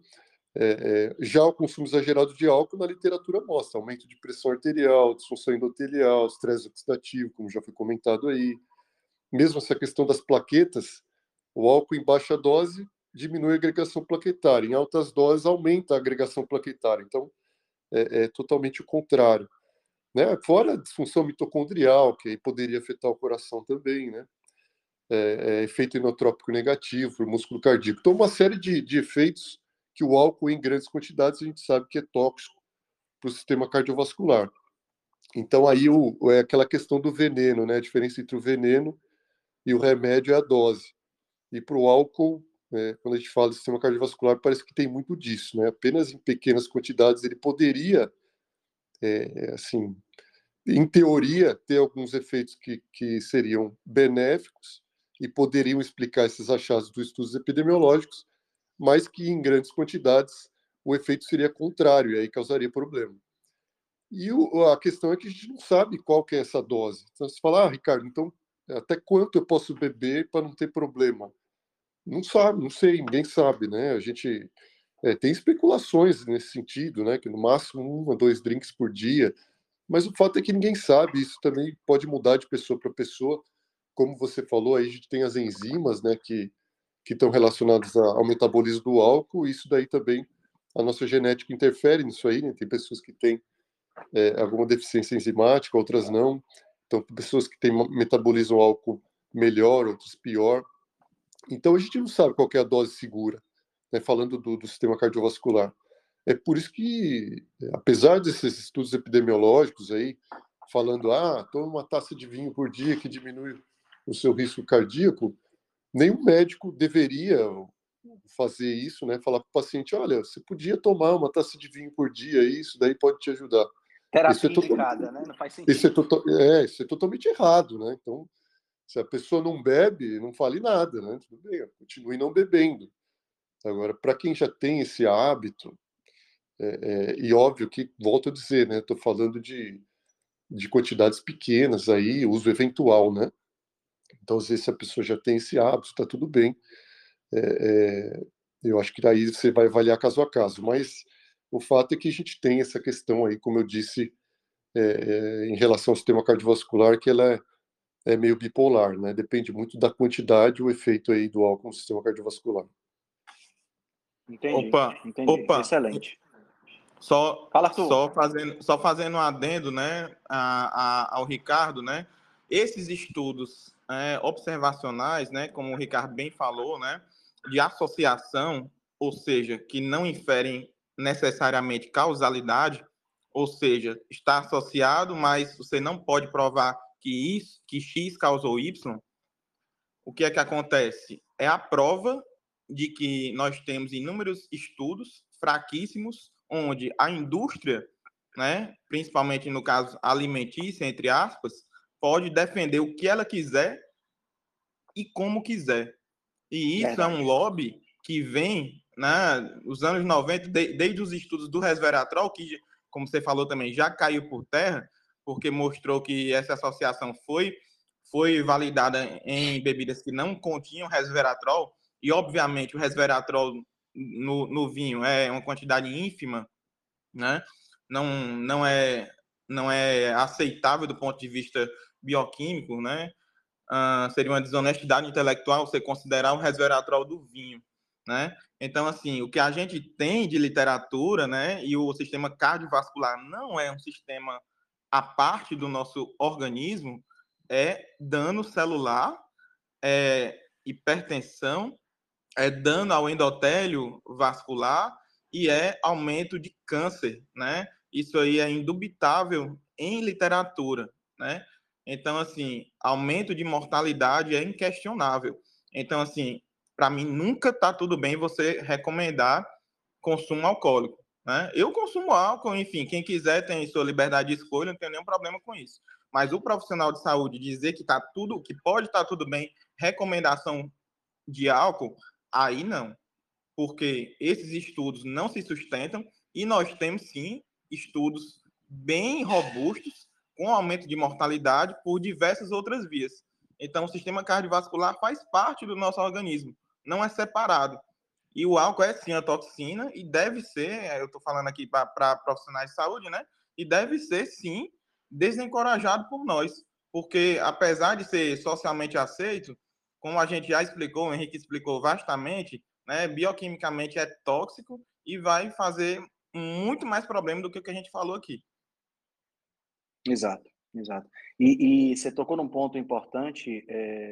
já o consumo exagerado de álcool na literatura mostra aumento de pressão arterial, disfunção endotelial, estresse oxidativo, como já foi comentado aí. Mesmo essa questão das plaquetas, o álcool em baixa dose diminui a agregação plaquetária, em altas doses aumenta a agregação plaquetária. Então, é totalmente o contrário. Né? Fora a disfunção mitocondrial, que aí poderia afetar o coração também, né? Efeito inotrópico negativo, músculo cardíaco. Então, uma série de efeitos que o álcool em grandes quantidades a gente sabe que é tóxico para o sistema cardiovascular. Então, aí é aquela questão do veneno, né? A diferença entre o veneno e o remédio é a dose. E para o álcool, quando a gente fala de sistema cardiovascular, parece que tem muito disso, né? Apenas em pequenas quantidades ele poderia, assim, em teoria, ter alguns efeitos que seriam benéficos e poderiam explicar esses achados dos estudos epidemiológicos, mas que em grandes quantidades o efeito seria contrário e aí causaria problema. E a questão é que a gente não sabe qual que é essa dose. Então, você fala, Ricardo, então até quanto eu posso beber para não ter problema? Não sabe, não sei, ninguém sabe, né? A gente tem especulações nesse sentido, né? Que no máximo 1 a 2 drinks por dia, mas o fato é que ninguém sabe, isso também pode mudar de pessoa para pessoa. Como você falou, aí a gente tem as enzimas, né, que estão relacionadas ao metabolismo do álcool, e isso daí também, a nossa genética interfere nisso aí, né? Tem pessoas que têm alguma deficiência enzimática, outras não. Então, pessoas que têm metabolismo álcool melhor, outras pior. Então, a gente não sabe qual que é a dose segura, né, falando do sistema cardiovascular. É por isso que, apesar desses estudos epidemiológicos aí, falando, toma uma taça de vinho por dia que diminui o seu risco cardíaco, nenhum médico deveria fazer isso, né? Falar para o paciente, olha, você podia tomar uma taça de vinho por dia, isso daí pode te ajudar. Terapia indicada, né? Não faz sentido. Isso é totalmente errado, né? Então, se a pessoa não bebe, não fale nada, né? Tudo bem, continue não bebendo. Agora, para quem já tem esse hábito, e óbvio que, volto a dizer, né? Estou falando de quantidades pequenas aí, uso eventual, né? Então, às vezes, se a pessoa já tem esse hábito, está tudo bem. Eu acho que daí você vai avaliar caso a caso. Mas o fato é que a gente tem essa questão aí, como eu disse, em relação ao sistema cardiovascular, que ela é meio bipolar, né? Depende muito da quantidade, o efeito aí do álcool no sistema cardiovascular. Entendi. Opa. Excelente. Só Fala, Arthur. fazendo um adendo, né, ao Ricardo, né? Esses estudos observacionais, né, como o Ricardo bem falou, né, de associação, ou seja, que não inferem necessariamente causalidade, ou seja, está associado, mas você não pode provar que X causou Y. O que é que acontece? É a prova de que nós temos inúmeros estudos fraquíssimos, onde a indústria, né, principalmente no caso alimentícia, entre aspas, pode defender o que ela quiser e como quiser. E isso Verdade. é um lobby que vem, né, nos anos 90, desde os estudos do resveratrol, que, como você falou também, já caiu por terra, porque mostrou que essa associação foi validada em bebidas que não continham resveratrol, e obviamente o resveratrol no vinho é uma quantidade ínfima, né? Não é aceitável do ponto de vista bioquímico, né? Seria uma desonestidade intelectual você considerar o resveratrol do vinho, né? Então, assim, o que a gente tem de literatura, né, e o sistema cardiovascular não é um sistema à parte do nosso organismo, é dano celular, hipertensão, é dano ao endotélio vascular e é aumento de câncer, né? Isso aí é indubitável em literatura, né? Então, assim, aumento de mortalidade é inquestionável. Então, assim, para mim nunca tá tudo bem você recomendar consumo alcoólico, né? Eu consumo álcool, enfim, quem quiser tem sua liberdade de escolha, não tem nenhum problema com isso. Mas o profissional de saúde dizer que tá tudo, que pode estar tudo bem, recomendação de álcool, aí não, porque esses estudos não se sustentam e nós temos sim estudos bem robustos com aumento de mortalidade por diversas outras vias. Então, o sistema cardiovascular faz parte do nosso organismo, não é separado. E o álcool é sim a toxina e deve ser, eu estou falando aqui para profissionais de saúde, né? E deve ser sim desencorajado por nós, porque apesar de ser socialmente aceito, como a gente já explicou, o Henrique explicou vastamente, né, bioquimicamente é tóxico e vai fazer muito mais problema do que o que a gente falou aqui. Exato. E você tocou num ponto importante,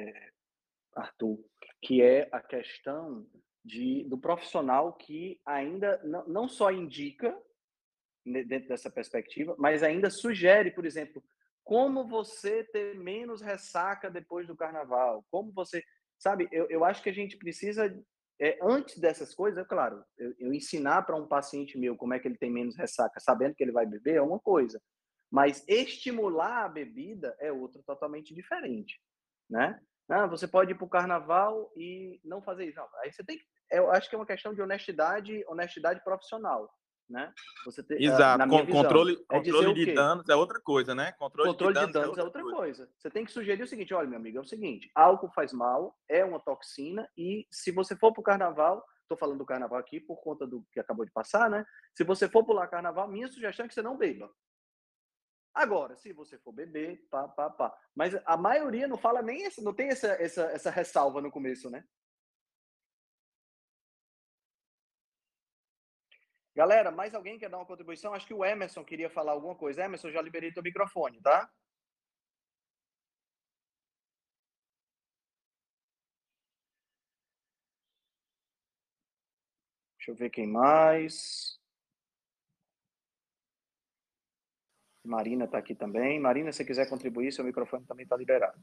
Arthur, que é a questão do profissional que ainda não só indica, dentro dessa perspectiva, mas ainda sugere, por exemplo, como você ter menos ressaca depois do carnaval, como você... Sabe, eu acho que a gente precisa, antes dessas coisas, é claro, eu ensinar para um paciente meu como é que ele tem menos ressaca, sabendo que ele vai beber, é uma coisa. Mas estimular a bebida é outra totalmente diferente, né? Ah, você pode ir para o carnaval e não fazer isso. Não, aí você tem que, eu acho que é uma questão de honestidade profissional, né? Você Exato. na minha visão, é dizer Controle o de quê? danos é outra coisa, né? Controle de Controle de danos é danos é outra outra coisa. coisa. Você tem que sugerir o seguinte: olha, meu amigo, é o seguinte, álcool faz mal, é uma toxina, e se você for para o carnaval, estou falando do carnaval aqui por conta do que acabou de passar, né? Se você for pular carnaval, minha sugestão é que você não beba. Agora, se você for beber, pá, pá, pá. Mas a maioria não fala nem não tem essa ressalva no começo, né? Galera, mais alguém quer dar uma contribuição? Acho que o Emerson queria falar alguma coisa. Emerson, já liberei teu microfone, tá? Deixa eu ver quem mais. Marina está aqui também. Marina, se quiser contribuir, seu microfone também está liberado.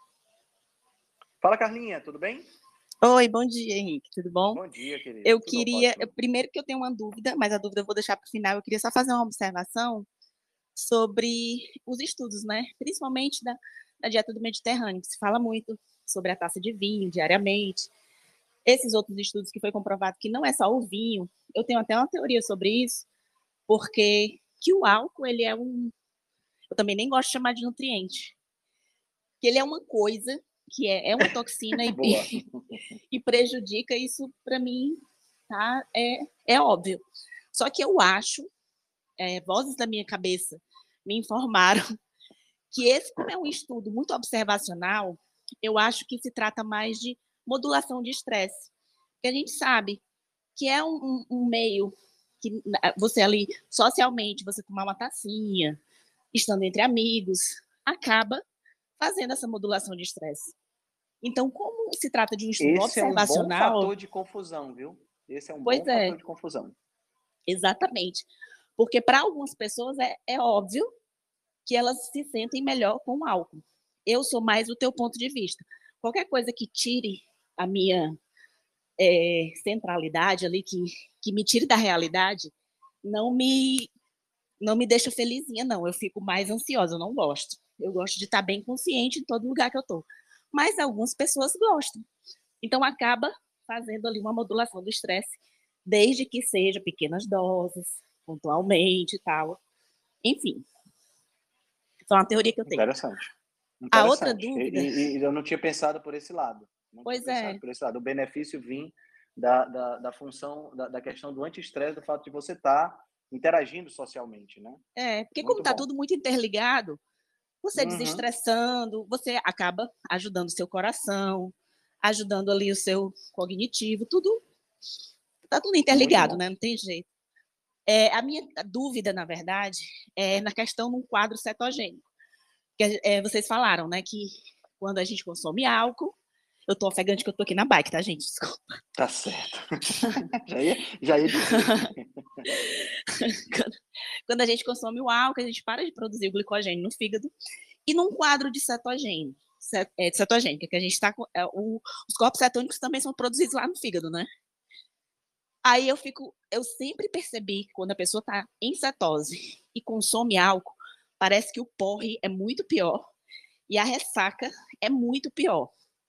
Fala, Carlinha, tudo bem? Oi, bom dia, Henrique, tudo bom? Bom dia, querida. Eu Tudo queria, ótimo. primeiro que eu tenho uma dúvida, mas a dúvida eu vou deixar para o final. Eu queria só fazer uma observação sobre os estudos, né? Principalmente da dieta do Mediterrâneo, que se fala muito sobre a taça de vinho diariamente. Esses outros estudos que foi comprovado que não é só o vinho. Eu tenho até uma teoria sobre isso, porque que o álcool, ele é eu também nem gosto de chamar de nutriente, que ele é uma coisa que é uma toxina e prejudica isso para mim, tá? É óbvio. Só que eu acho, vozes da minha cabeça me informaram que esse, como é um estudo muito observacional, eu acho que se trata mais de modulação de estresse. Porque a gente sabe que é um meio que você ali, socialmente, você tomar uma tacinha, estando entre amigos, acaba fazendo essa modulação de estresse. Então, como se trata de um estudo Esse é um bom observacional... fator de confusão, viu? Esse é um Pois bom é, fator de confusão. exatamente. Porque para algumas pessoas é óbvio que elas se sentem melhor com o álcool. Eu sou mais o teu ponto de vista. Qualquer coisa que tire a minha centralidade ali, que me tire da realidade, não me, não me deixa felizinha, não. Eu fico mais ansiosa, eu não gosto. Eu gosto de estar bem consciente em todo lugar que eu estou. Mas algumas pessoas gostam. Então, acaba fazendo ali uma modulação do estresse, desde que seja pequenas doses, pontualmente e tal. Enfim, só uma teoria que eu tenho. Interessante. A outra Interessante. dúvida... E eu não tinha pensado por esse lado. Não tinha Pois pensado é, por esse lado. O benefício vem da função, da questão do anti-estresse, do fato de você estar interagindo socialmente, né? porque como Muito está bom. tudo muito interligado, você Uhum. desestressando, você acaba ajudando o seu coração, ajudando ali o seu cognitivo, tudo está tudo Muito interligado, bom. né? Não tem jeito. A minha dúvida, na verdade, é na questão de um quadro cetogênico. Que, vocês falaram, né, que quando a gente consome álcool, eu estou ofegante que eu estou aqui na bike, tá, gente? Desculpa. Tá certo. já ia dizer. Quando a gente consome o álcool, a gente para de produzir o glicogênio no fígado. E num quadro de cetogênico, cetogênica, que a gente está com... os corpos cetônicos também são produzidos lá no fígado, né? Aí eu sempre percebi que quando a pessoa está em cetose e consome álcool, parece que o porre é muito pior e a ressaca é muito pior.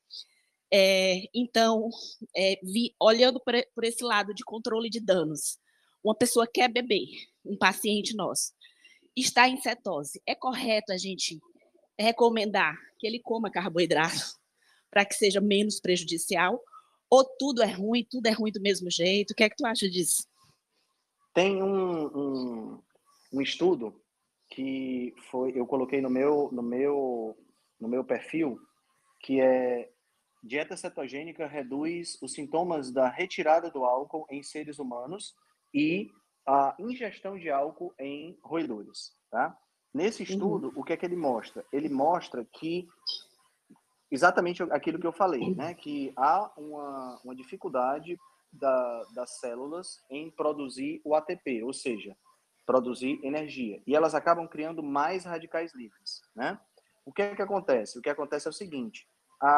Então, olhando por esse lado de controle de danos, uma pessoa quer beber, um paciente nosso, está em cetose, é correto a gente recomendar que ele coma carboidrato para que seja menos prejudicial? Ou tudo é ruim do mesmo jeito? O que é que tu acha disso? Tem um estudo que eu coloquei no meu perfil, que é dieta cetogênica reduz os sintomas da retirada do álcool em seres humanos e a ingestão de álcool em roedores, tá? Nesse estudo, o que é que ele mostra? Ele mostra que exatamente aquilo que eu falei, né? Que há uma dificuldade das células em produzir o ATP, ou seja, produzir energia. E elas acabam criando mais radicais livres, né? O que é que acontece? O que acontece é o seguinte,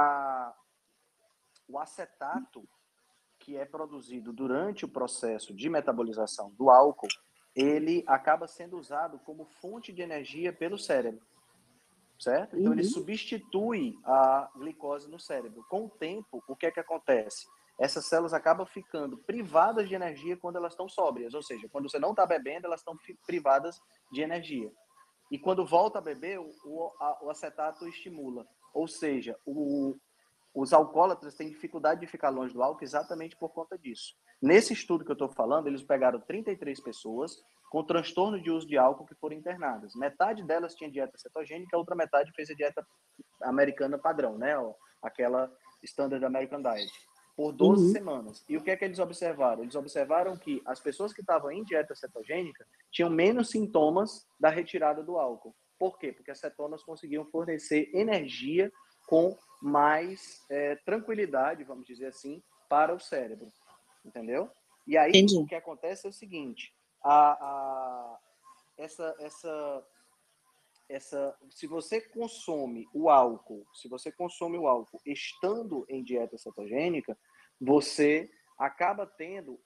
o acetato, que é produzido durante o processo de metabolização do álcool, ele acaba sendo usado como fonte de energia pelo cérebro. certo? Então, ele substitui a glicose no cérebro. Com o tempo, o que é que acontece? Essas células acabam ficando privadas de energia quando elas estão sóbrias, ou seja, quando você não está bebendo, elas estão privadas de energia. E quando volta a beber, o acetato estimula. Ou seja, os alcoólatras têm dificuldade de ficar longe do álcool exatamente por conta disso. Nesse estudo que eu estou falando, eles pegaram 33 pessoas com transtorno de uso de álcool que foram internadas. Metade delas tinha dieta cetogênica, a outra metade fez a dieta americana padrão, né? Aquela Standard American Diet, por 12 semanas. E o que é que eles observaram? Eles observaram que as pessoas que estavam em dieta cetogênica tinham menos sintomas da retirada do álcool. Por quê? Porque as cetonas conseguiam fornecer energia com mais tranquilidade, vamos dizer assim, para o cérebro. Entendeu? E aí, Entendi. o que acontece é o seguinte, se você consome o álcool, estando em dieta cetogênica, você acaba tendo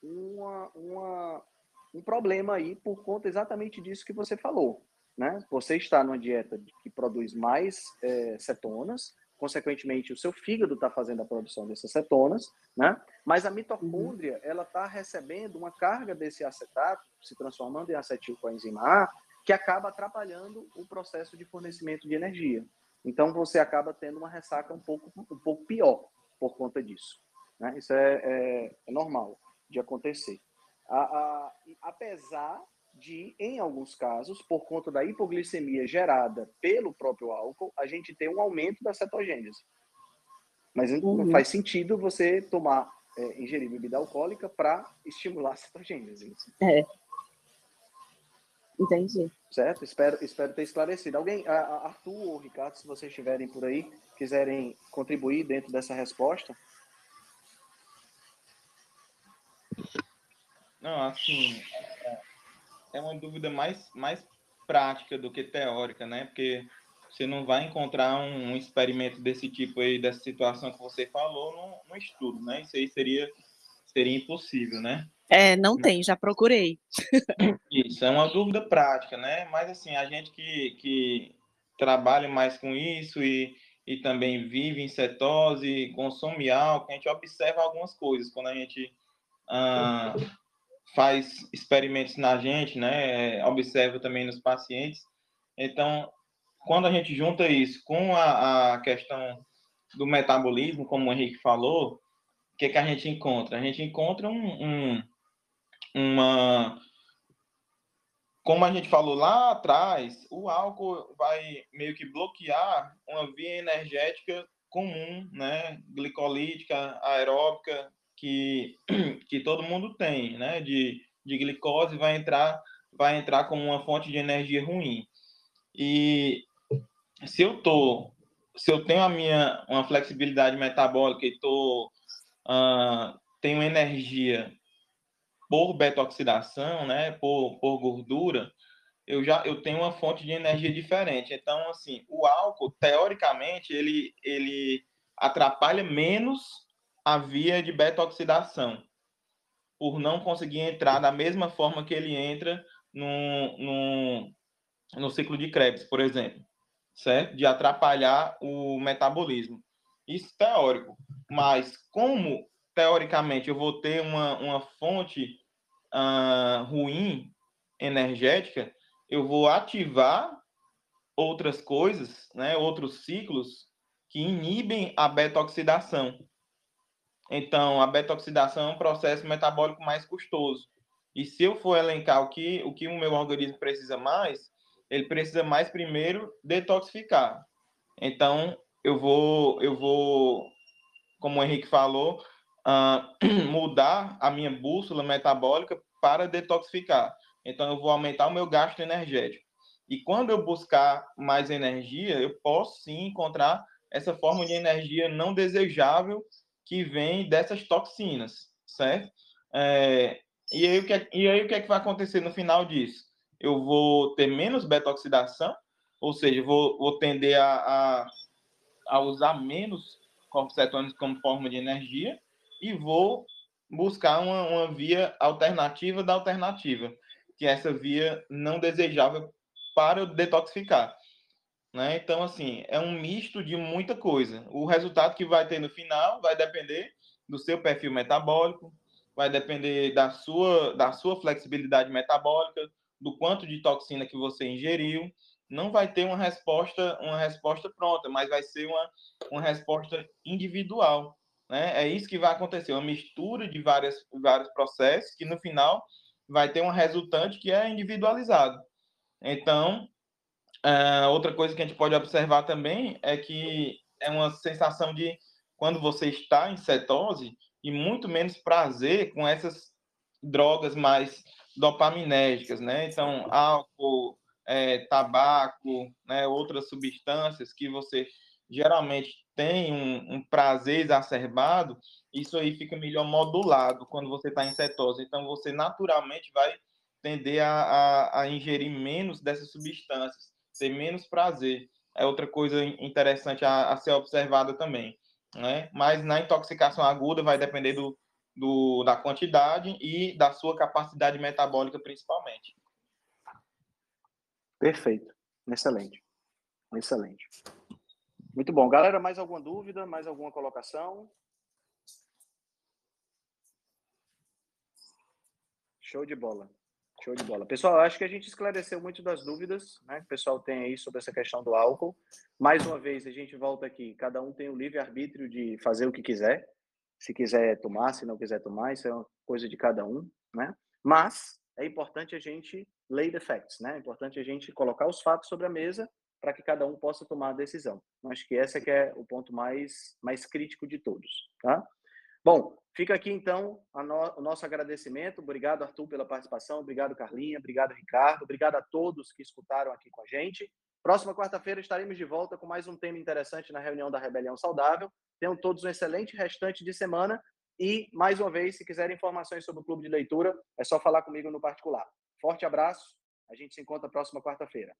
um problema aí por conta exatamente disso que você falou, né? Você está numa dieta que produz mais cetonas, consequentemente o seu fígado está fazendo a produção dessas cetonas, né? Mas a mitocôndria ela está recebendo uma carga desse acetato, se transformando em acetilcoenzima A, que acaba atrapalhando o processo de fornecimento de energia. Então, você acaba tendo uma ressaca um pouco pior por conta disso, né? Isso é normal de acontecer. Apesar de, em alguns casos, por conta da hipoglicemia gerada pelo próprio álcool, a gente ter um aumento da cetogênese. Mas não faz sentido você ingerir bebida alcoólica para estimular a cetogênese. Entendi. Certo? Espero ter esclarecido. Alguém, Arthur ou Ricardo, se vocês estiverem por aí, quiserem contribuir dentro dessa resposta? Não, assim, é uma dúvida mais prática do que teórica, né? Porque você não vai encontrar um experimento desse tipo aí, dessa situação que você falou, no estudo, né? Isso aí seria impossível, né? Não tem, já procurei. Isso, é uma dúvida prática, né? Mas, assim, a gente que trabalha mais com isso e também vive em cetose, consome álcool, a gente observa algumas coisas quando a gente faz experimentos na gente, né? Observa também nos pacientes. Então, quando a gente junta isso com a questão do metabolismo, como o Henrique falou, o que a gente encontra? A gente encontra uma... Como a gente falou lá atrás, o álcool vai meio que bloquear uma via energética comum, né? Glicolítica, aeróbica, que todo mundo tem, né? De glicose vai entrar como uma fonte de energia ruim. E se eu tenho uma flexibilidade metabólica e tenho energia por beta-oxidação, né, por gordura, eu tenho uma fonte de energia diferente. Então, assim, o álcool, teoricamente, ele atrapalha menos a via de beta-oxidação, por não conseguir entrar da mesma forma que ele entra no ciclo de Krebs, por exemplo, certo? De atrapalhar o metabolismo. Isso teórico. Mas como, teoricamente, eu vou ter uma fonte ruim, energética, eu vou ativar outras coisas, né, outros ciclos que inibem a beta-oxidação. Então, a beta-oxidação é um processo metabólico mais custoso. E se eu for elencar o que o meu organismo precisa mais, ele precisa mais primeiro detoxificar. Então, eu vou, como o Henrique falou, mudar a minha bússola metabólica para detoxificar. Então, eu vou aumentar o meu gasto energético. E quando eu buscar mais energia, eu posso sim encontrar essa forma de energia não desejável que vem dessas toxinas, certo? E aí o que é que vai acontecer no final disso? Eu vou ter menos beta-oxidação, ou seja, vou tender a usar menos corpos cetônicos como forma de energia e vou buscar uma via alternativa da alternativa, que é essa via não desejável para eu detoxificar. né? Então, assim, é um misto de muita coisa. O resultado que vai ter no final vai depender do seu perfil metabólico, vai depender da sua flexibilidade metabólica, do quanto de toxina que você ingeriu. Não vai ter uma resposta pronta, mas vai ser uma resposta individual, né? É isso que vai acontecer, uma mistura de vários processos que no final vai ter um resultante que é individualizado. Então, outra coisa que a gente pode observar também é que é uma sensação de quando você está em cetose e muito menos prazer com essas drogas mais dopaminérgicas, né? Então, álcool, tabaco, né? Outras substâncias que você geralmente tem um prazer exacerbado, isso aí fica melhor modulado quando você está em cetose. Então, você naturalmente vai tender a ingerir menos dessas substâncias, ter menos prazer. É outra coisa interessante a ser observada também, né? Mas na intoxicação aguda vai depender da quantidade e da sua capacidade metabólica, principalmente. Perfeito. Excelente. Excelente. Muito bom. Galera, mais alguma dúvida? Mais alguma colocação? Show de bola. Show de bola. Pessoal, acho que a gente esclareceu muito das dúvidas, né, que o pessoal tem aí sobre essa questão do álcool. Mais uma vez, a gente volta aqui. Cada um tem o livre-arbítrio de fazer o que quiser. Se quiser tomar, se não quiser tomar, isso é uma coisa de cada um, né? Mas é importante a gente lay the facts, né? É importante a gente colocar os fatos sobre a mesa para que cada um possa tomar a decisão. Acho que esse é que é o ponto mais crítico de todos, tá? Bom, fica aqui então o nosso agradecimento. Obrigado, Arthur, pela participação. Obrigado, Carlinha. Obrigado, Ricardo. Obrigado a todos que escutaram aqui com a gente. Próxima quarta-feira estaremos de volta com mais um tema interessante na reunião da Rebelião Saudável. Tenham todos um excelente restante de semana. E, mais uma vez, se quiserem informações sobre o Clube de Leitura, é só falar comigo no particular. Forte abraço. A gente se encontra próxima quarta-feira.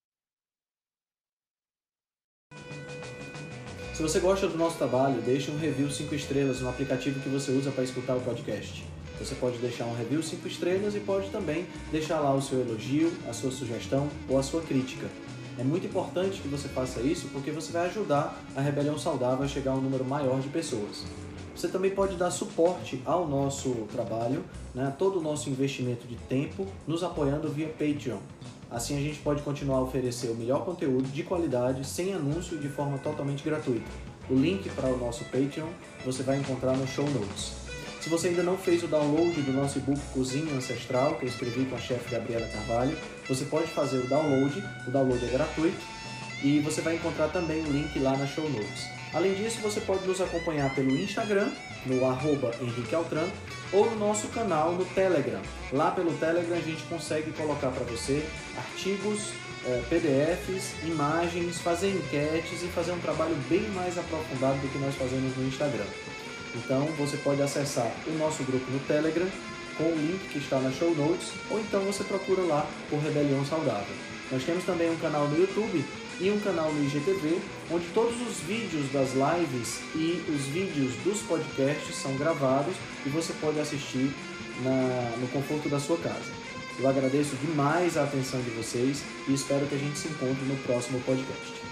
Se você gosta do nosso trabalho, deixe um review 5 estrelas no aplicativo que você usa para escutar o podcast. Você pode deixar um review 5 estrelas e pode também deixar lá o seu elogio, a sua sugestão ou a sua crítica. É muito importante que você faça isso porque você vai ajudar a Rebelião Saudável a chegar a um número maior de pessoas. Você também pode dar suporte ao nosso trabalho, né, todo o nosso investimento de tempo, nos apoiando via Patreon. Assim a gente pode continuar a oferecer o melhor conteúdo de qualidade, sem anúncio e de forma totalmente gratuita. O link para o nosso Patreon você vai encontrar no show notes. Se você ainda não fez o download do nosso e-book Cozinha Ancestral, que eu escrevi com a chefe Gabriela Carvalho, você pode fazer o download é gratuito e você vai encontrar também o link lá na show notes. Além disso, você pode nos acompanhar pelo Instagram, no @HenriqueAltran, ou no nosso canal no Telegram. Lá pelo Telegram a gente consegue colocar para você artigos, PDFs, imagens, fazer enquetes e fazer um trabalho bem mais aprofundado do que nós fazemos no Instagram. Então você pode acessar o nosso grupo no Telegram com o link que está na show notes, ou então você procura lá por Rebelião Saudável. Nós temos também um canal no YouTube e um canal no IGTV, onde todos os vídeos das lives e os vídeos dos podcasts são gravados e você pode assistir no conforto da sua casa. Eu agradeço demais a atenção de vocês e espero que a gente se encontre no próximo podcast.